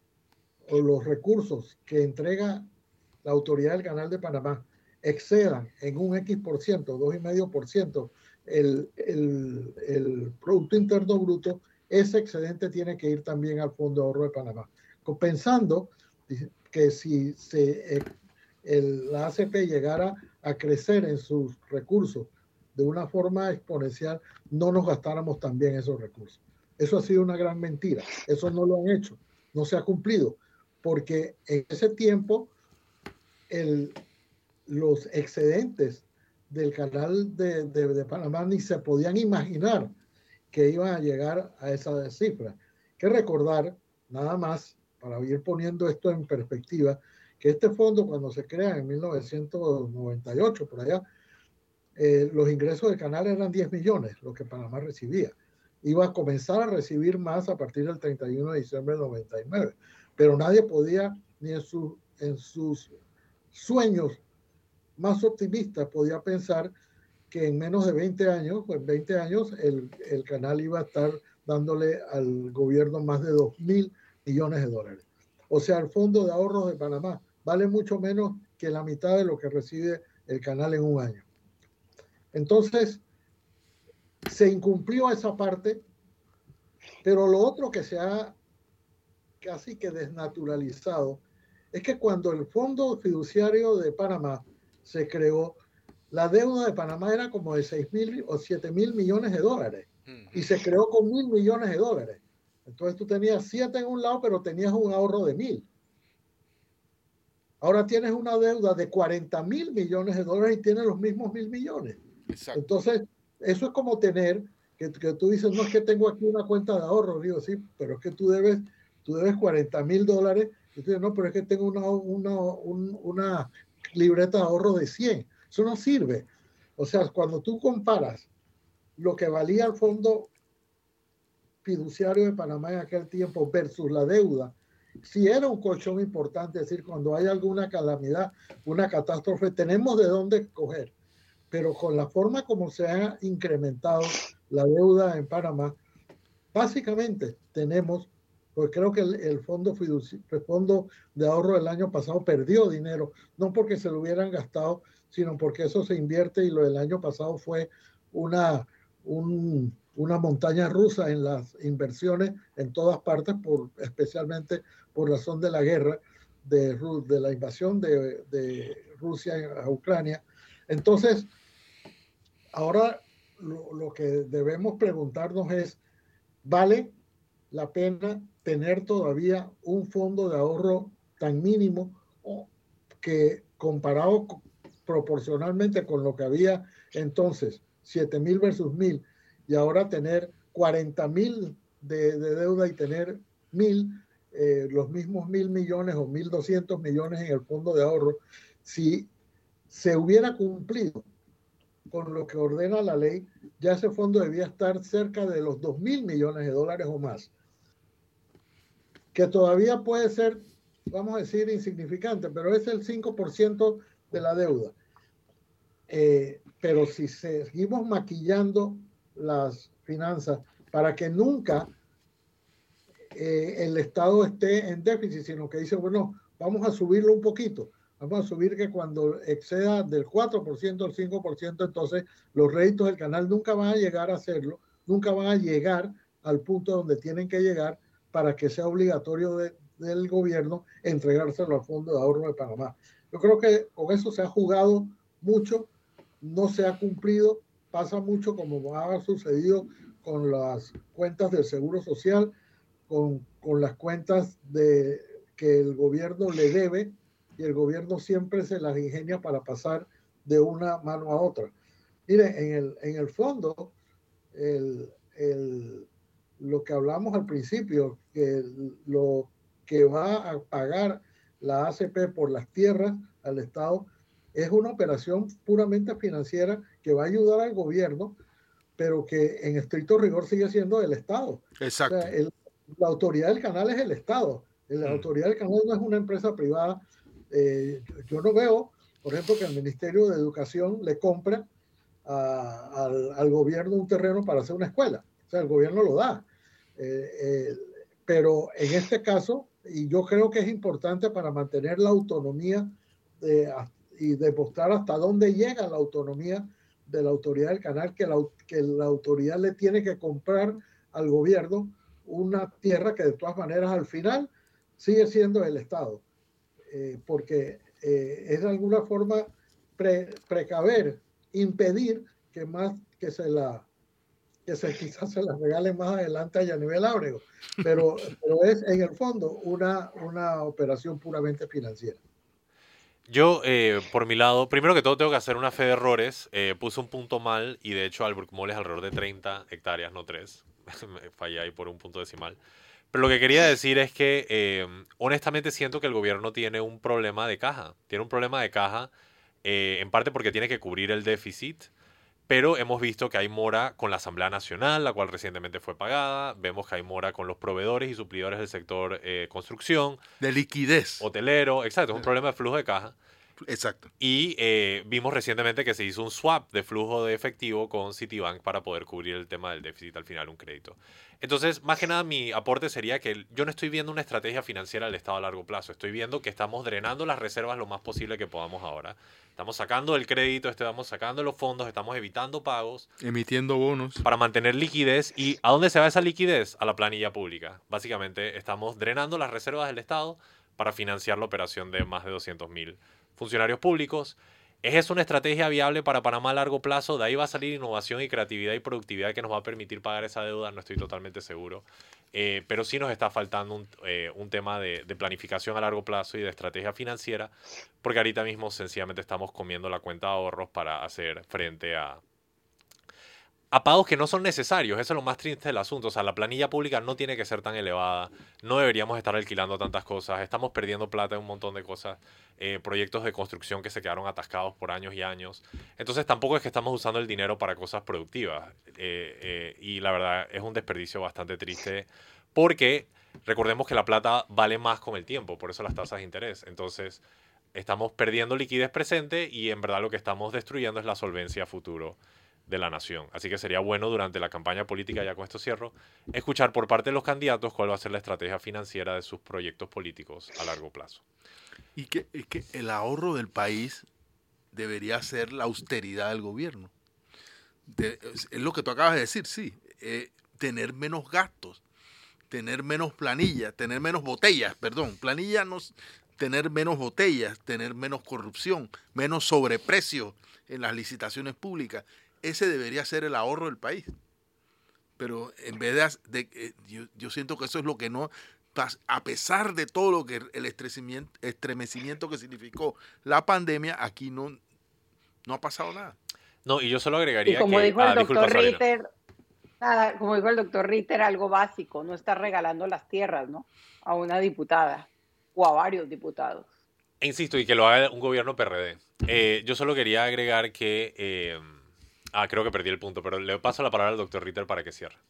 o los recursos que entrega la autoridad del Canal de Panamá excedan en un X por ciento, dos coma cinco por ciento el, el, el Producto Interno Bruto, ese excedente tiene que ir también al Fondo de Ahorro de Panamá. Pensando que si se, el, la A C P llegara a crecer en sus recursos de una forma exponencial, no nos gastáramos también esos recursos. Eso ha sido una gran mentira. Eso no lo han hecho. No se ha cumplido. Porque en ese tiempo el, los excedentes del Canal de, de, de Panamá ni se podían imaginar que iban a llegar a esa cifra. Hay que recordar, nada más, para ir poniendo esto en perspectiva, que este fondo, cuando se crea en mil novecientos noventa y ocho, por allá, eh, los ingresos del canal eran diez millones, lo que Panamá recibía. Iba a comenzar a recibir más a partir del treinta y uno de diciembre del noventa y nueve, pero nadie podía, ni en, su, en sus sueños más optimistas, podía pensar que en menos de veinte años, pues veinte años, el, el canal iba a estar dándole al gobierno más de dos mil millones de dólares. O sea, el Fondo de Ahorros de Panamá vale mucho menos que la mitad de lo que recibe el canal en un año. Entonces, se incumplió esa parte, pero lo otro que se ha casi que desnaturalizado es que cuando el Fondo Fiduciario de Panamá se creó, la deuda de Panamá era como de seis mil o siete mil millones de dólares y se creó con mil millones de dólares. Entonces tú tenías siete en un lado, pero tenías un ahorro de mil. Ahora tienes una deuda de cuarenta mil millones de dólares y tienes los mismos mil millones. Exacto. Entonces, eso es como tener, que, que tú dices, no es que tengo aquí una cuenta de ahorro, digo, sí, pero es que tú debes, tú debes cuarenta mil dólares, y tú dices, no, pero es que tengo una, una, un, una libreta de ahorro de cien. Eso no sirve. O sea, cuando tú comparas lo que valía el Fondo Fiduciario de Panamá en aquel tiempo versus la deuda, si era un colchón importante, es decir, cuando hay alguna calamidad, una catástrofe, tenemos de dónde coger. Pero con la forma como se ha incrementado la deuda en Panamá, básicamente tenemos, pues creo que el, el fondo, fiduci, el fondo de ahorro del año pasado perdió dinero, no porque se lo hubieran gastado, sino porque eso se invierte y lo del año pasado fue una, un, una montaña rusa en las inversiones en todas partes, por, especialmente por razón de la guerra, de, de la invasión de, de Rusia a Ucrania. Entonces, ahora lo, lo que debemos preguntarnos es, ¿vale la pena tener todavía un fondo de ahorro tan mínimo que comparado proporcionalmente con lo que había entonces, siete mil versus mil, y ahora tener cuarenta mil de, de deuda y tener mil, eh, los mismos mil millones o mil doscientos millones en el fondo de ahorro? Si se hubiera cumplido con lo que ordena la ley, ya ese fondo debía estar cerca de los dos mil millones de dólares o más, que todavía puede ser, vamos a decir, insignificante, pero es el cinco por ciento de la deuda. Eh, pero si seguimos maquillando las finanzas para que nunca eh, el Estado esté en déficit, sino que dice, bueno, vamos a subirlo un poquito, vamos a subir que cuando exceda del cuatro por ciento al cinco por ciento, entonces los réditos del canal nunca van a llegar a hacerlo, nunca van a llegar al punto donde tienen que llegar para que sea obligatorio de, del gobierno entregárselo al Fondo de Ahorro de Panamá. Yo creo que con eso se ha jugado mucho, no se ha cumplido, pasa mucho como ha sucedido con las cuentas del Seguro Social, con, con las cuentas de, que el gobierno le debe, y el gobierno siempre se las ingenia para pasar de una mano a otra. Mire, en el, en el fondo, el, el, lo que hablamos al principio, que lo que va a pagar la A C P por las tierras al Estado es una operación puramente financiera que va a ayudar al gobierno, pero que en estricto rigor sigue siendo del Estado. Exacto. O sea, el, la autoridad del canal es el Estado. La mm. autoridad del canal no es una empresa privada. Eh, yo no veo, por ejemplo, que el Ministerio de Educación le compra a, al, al gobierno un terreno para hacer una escuela. O sea, el gobierno lo da. Eh, eh, pero en este caso, y yo creo que es importante para mantener la autonomía de, y demostrar hasta dónde llega la autonomía de la autoridad del canal, que la, que la autoridad le tiene que comprar al gobierno una tierra que de todas maneras al final sigue siendo el Estado, eh, porque eh, es de alguna forma pre, precaver, impedir que más que se la que se, quizás se las regalen más adelante a Yanivel Ábrego, pero, pero es en el fondo una, una operación puramente financiera. Yo, eh, por mi lado, primero que todo tengo que hacer una fe de errores. Eh, puse un punto mal y de hecho Albrook Mall es alrededor de treinta hectáreas, no tres. Me fallé ahí por un punto decimal. Pero lo que quería decir es que eh, honestamente siento que el gobierno tiene un problema de caja. Tiene un problema de caja eh, en parte porque tiene que cubrir el déficit. Pero hemos visto que hay mora con la Asamblea Nacional, la cual recientemente fue pagada. Vemos que hay mora con los proveedores y suplidores del sector eh, construcción. De liquidez. Hotelero, exacto, es un problema de flujo de caja. Exacto. Y eh, vimos recientemente que se hizo un swap de flujo de efectivo con Citibank para poder cubrir el tema del déficit al final, un crédito. Entonces, más que nada, mi aporte sería que yo no estoy viendo una estrategia financiera del Estado a largo plazo. Estoy viendo que estamos drenando las reservas lo más posible que podamos ahora. Estamos sacando el crédito, estamos sacando los fondos, estamos evitando pagos. Emitiendo bonos. Para mantener liquidez. ¿Y a dónde se va esa liquidez? A la planilla pública. Básicamente, estamos drenando las reservas del Estado para financiar la operación de más de doscientos mil funcionarios públicos. ¿Es eso una estrategia viable para Panamá a largo plazo? De ahí va a salir innovación y creatividad y productividad que nos va a permitir pagar esa deuda, no estoy totalmente seguro. Eh, pero sí nos está faltando un, eh, un tema de, de planificación a largo plazo y de estrategia financiera, porque ahorita mismo sencillamente estamos comiendo la cuenta de ahorros para hacer frente a, a pagos que no son necesarios. Eso es lo más triste del asunto. O sea, la planilla pública no tiene que ser tan elevada. No deberíamos estar alquilando tantas cosas. Estamos perdiendo plata en un montón de cosas. Eh, proyectos de construcción que se quedaron atascados por años y años. Entonces tampoco es que estamos usando el dinero para cosas productivas. Eh, eh, y la verdad es un desperdicio bastante triste porque recordemos que la plata vale más con el tiempo. Por eso las tasas de interés. Entonces estamos perdiendo liquidez presente y en verdad lo que estamos destruyendo es la solvencia futuro de la nación. Así que sería bueno durante la campaña política, ya con esto cierro, escuchar por parte de los candidatos cuál va a ser la estrategia financiera de sus proyectos políticos a largo plazo. Y que, es que el ahorro del país debería ser la austeridad del gobierno. De, es lo que tú acabas de decir, sí. Eh, tener menos gastos, tener menos planillas, tener menos botellas, perdón. Planilla no, tener menos botellas, tener menos corrupción, menos sobreprecios en las licitaciones públicas. Ese debería ser el ahorro del país. Pero en vez de, de yo, yo siento que eso es lo que no, a pesar de todo lo que el estremecimiento, estremecimiento que significó la pandemia, aquí no, no ha pasado nada. No, y yo solo agregaría y como que... dijo el ah, doctor disculpa, Ritter, nada, como dijo el doctor Ritter, algo básico, no estar regalando las tierras, ¿no? A una diputada o a varios diputados. E insisto, y que lo haga un gobierno P R D. Eh, yo solo quería agregar que... Eh, ah, creo que perdí el punto, pero le paso la palabra al doctor Ritter para que cierre.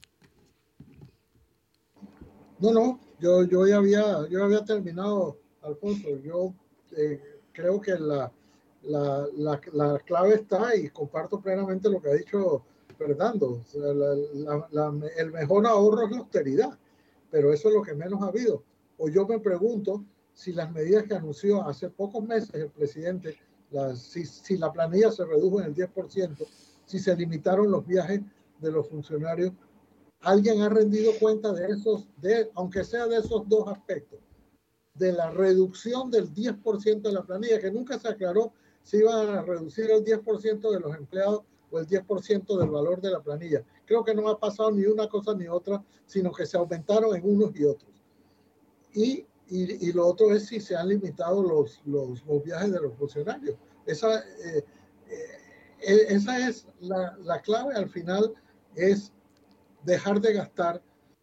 No, no, yo, yo ya había, yo había terminado, Alfonso. Yo eh, creo que la, la, la, la clave está, y comparto plenamente lo que ha dicho Fernando. O sea, la, la, la, el mejor ahorro es la austeridad, pero eso es lo que menos ha habido. O yo me pregunto si las medidas que anunció hace pocos meses el presidente, la, si, si la planilla se redujo en el diez por ciento, si se limitaron los viajes de los funcionarios, ¿alguien ha rendido cuenta de esos, de, aunque sea de esos dos aspectos? De la reducción del diez por ciento de la planilla, que nunca se aclaró si iban a reducir el diez por ciento de los empleados o el diez por ciento del valor de la planilla. Creo que no ha pasado ni una cosa ni otra, sino que se aumentaron en unos y otros. Y, y, y lo otro es si se han limitado los, los, los viajes de los funcionarios. Esa, eh, eh, esa es la, la clave. Al final es dejar de gastar,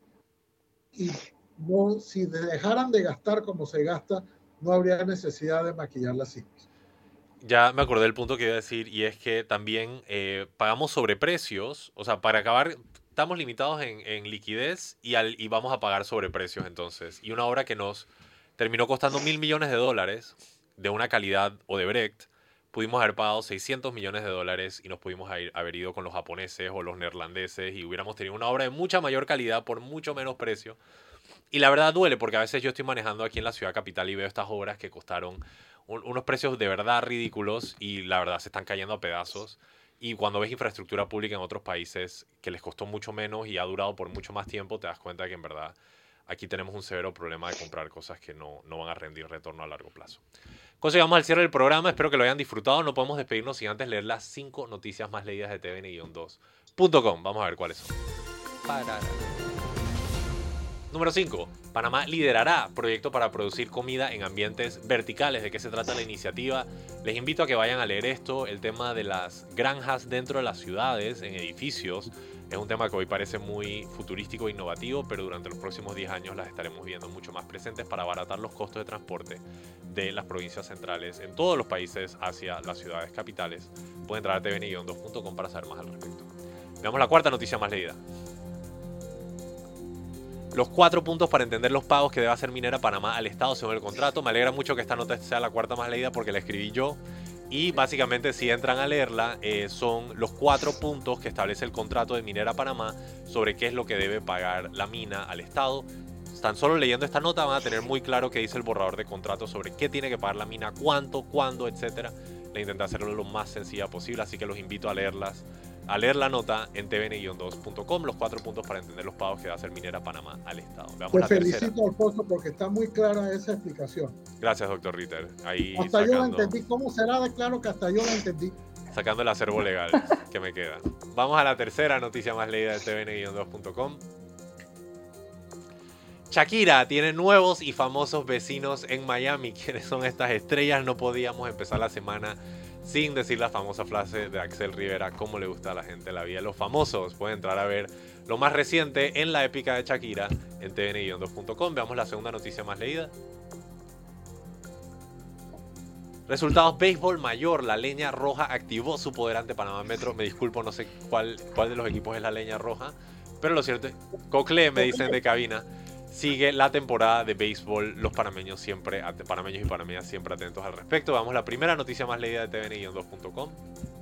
y no, si dejaran de gastar como se gasta, no habría necesidad de maquillar las cifras. Ya me acordé del punto que iba a decir, y es que también eh, pagamos sobreprecios. O sea, para acabar, estamos limitados en, en liquidez y, al, y vamos a pagar sobreprecios entonces. Y una obra que nos terminó costando mil millones de dólares de una calidad Odebrecht, pudimos haber pagado seiscientos millones de dólares y nos pudimos haber, haber ido con los japoneses o los neerlandeses y hubiéramos tenido una obra de mucha mayor calidad por mucho menos precio. Y la verdad duele, porque a veces yo estoy manejando aquí en la ciudad capital y veo estas obras que costaron un, unos precios de verdad ridículos y la verdad se están cayendo a pedazos. Y cuando ves infraestructura pública en otros países que les costó mucho menos y ha durado por mucho más tiempo, te das cuenta que en verdad aquí tenemos un severo problema de comprar cosas que no, no van a rendir retorno a largo plazo. Con eso llegamos al cierre del programa. Espero que lo hayan disfrutado. No podemos despedirnos sin antes leer las cinco noticias más leídas de T V N guion dos punto com. Vamos a ver cuáles son. Parará. Número cinco. Panamá liderará proyecto para producir comida en ambientes verticales. ¿De qué se trata la iniciativa? Les invito a que vayan a leer esto. El tema de las granjas dentro de las ciudades, en edificios, es un tema que hoy parece muy futurístico e innovativo, pero durante los próximos diez años las estaremos viendo mucho más presentes para abaratar los costos de transporte de las provincias centrales en todos los países hacia las ciudades capitales. Pueden entrar a T V N guion dos punto com para saber más al respecto. Veamos la cuarta noticia más leída. Los cuatro puntos para entender los pagos que debe hacer Minera Panamá al Estado según el contrato. Me alegra mucho que esta nota sea la cuarta más leída porque la escribí yo. Y básicamente, si entran a leerla, eh, son los cuatro puntos que establece el contrato de Minera Panamá sobre qué es lo que debe pagar la mina al Estado. Tan solo leyendo esta nota van a tener muy claro qué dice el borrador de contrato sobre qué tiene que pagar la mina, cuánto, cuándo, etcétera. Le intenté hacerlo lo más sencilla posible, así que los invito a leerlas. A leer la nota en T V N guion dos punto com, los cuatro puntos para entender los pagos que va a hacer Minera Panamá al Estado. Veamos Te la felicito, tercera. Alfonso, porque está muy clara esa explicación. Gracias, doctor Ritter. Ahí hasta sacando, yo la entendí. ¿Cómo será de claro que hasta yo la entendí? Sacando el acervo legal que me queda. Vamos a la tercera noticia más leída de T V N guion dos punto com. Shakira tiene nuevos y famosos vecinos en Miami. ¿Quiénes son estas estrellas? No podíamos empezar la semana sin decir la famosa frase de Axel Rivera: cómo le gusta a la gente la vida de los famosos. Pueden entrar a ver lo más reciente en la épica de Shakira en T V N guion dos punto com. Veamos la segunda noticia más leída. Resultados béisbol mayor. La Leña Roja activó su poder ante Panamá Metro. Me disculpo, no sé cuál, cuál de los equipos es la Leña Roja, pero lo cierto es, Cocle, me dicen de cabina. Sigue la temporada de béisbol, los panameños siempre, panameños y panameñas siempre atentos al respecto. Vamos a la primera noticia más leída de T V N guion dos punto com.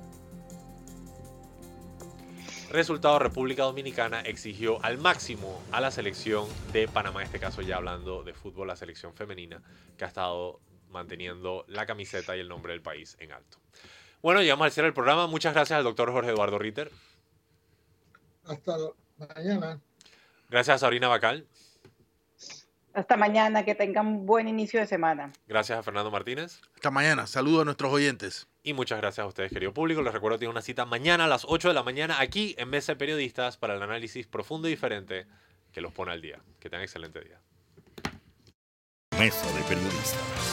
Resultado: República Dominicana exigió al máximo a la selección de Panamá, en este caso ya hablando de fútbol, la selección femenina, que ha estado manteniendo la camiseta y el nombre del país en alto. Bueno, llegamos al cierre del programa. Muchas gracias al doctor Jorge Eduardo Ritter. Hasta mañana. Gracias a Sabrina Bacal. Hasta mañana, que tengan un buen inicio de semana. Gracias a Fernando Martínez. Hasta mañana. Saludos a nuestros oyentes. Y muchas gracias a ustedes, querido público. Les recuerdo que tienen una cita mañana a las ocho de la mañana aquí en Mesa de Periodistas para el análisis profundo y diferente que los pone al día. Que tengan excelente día. Mesa de Periodistas.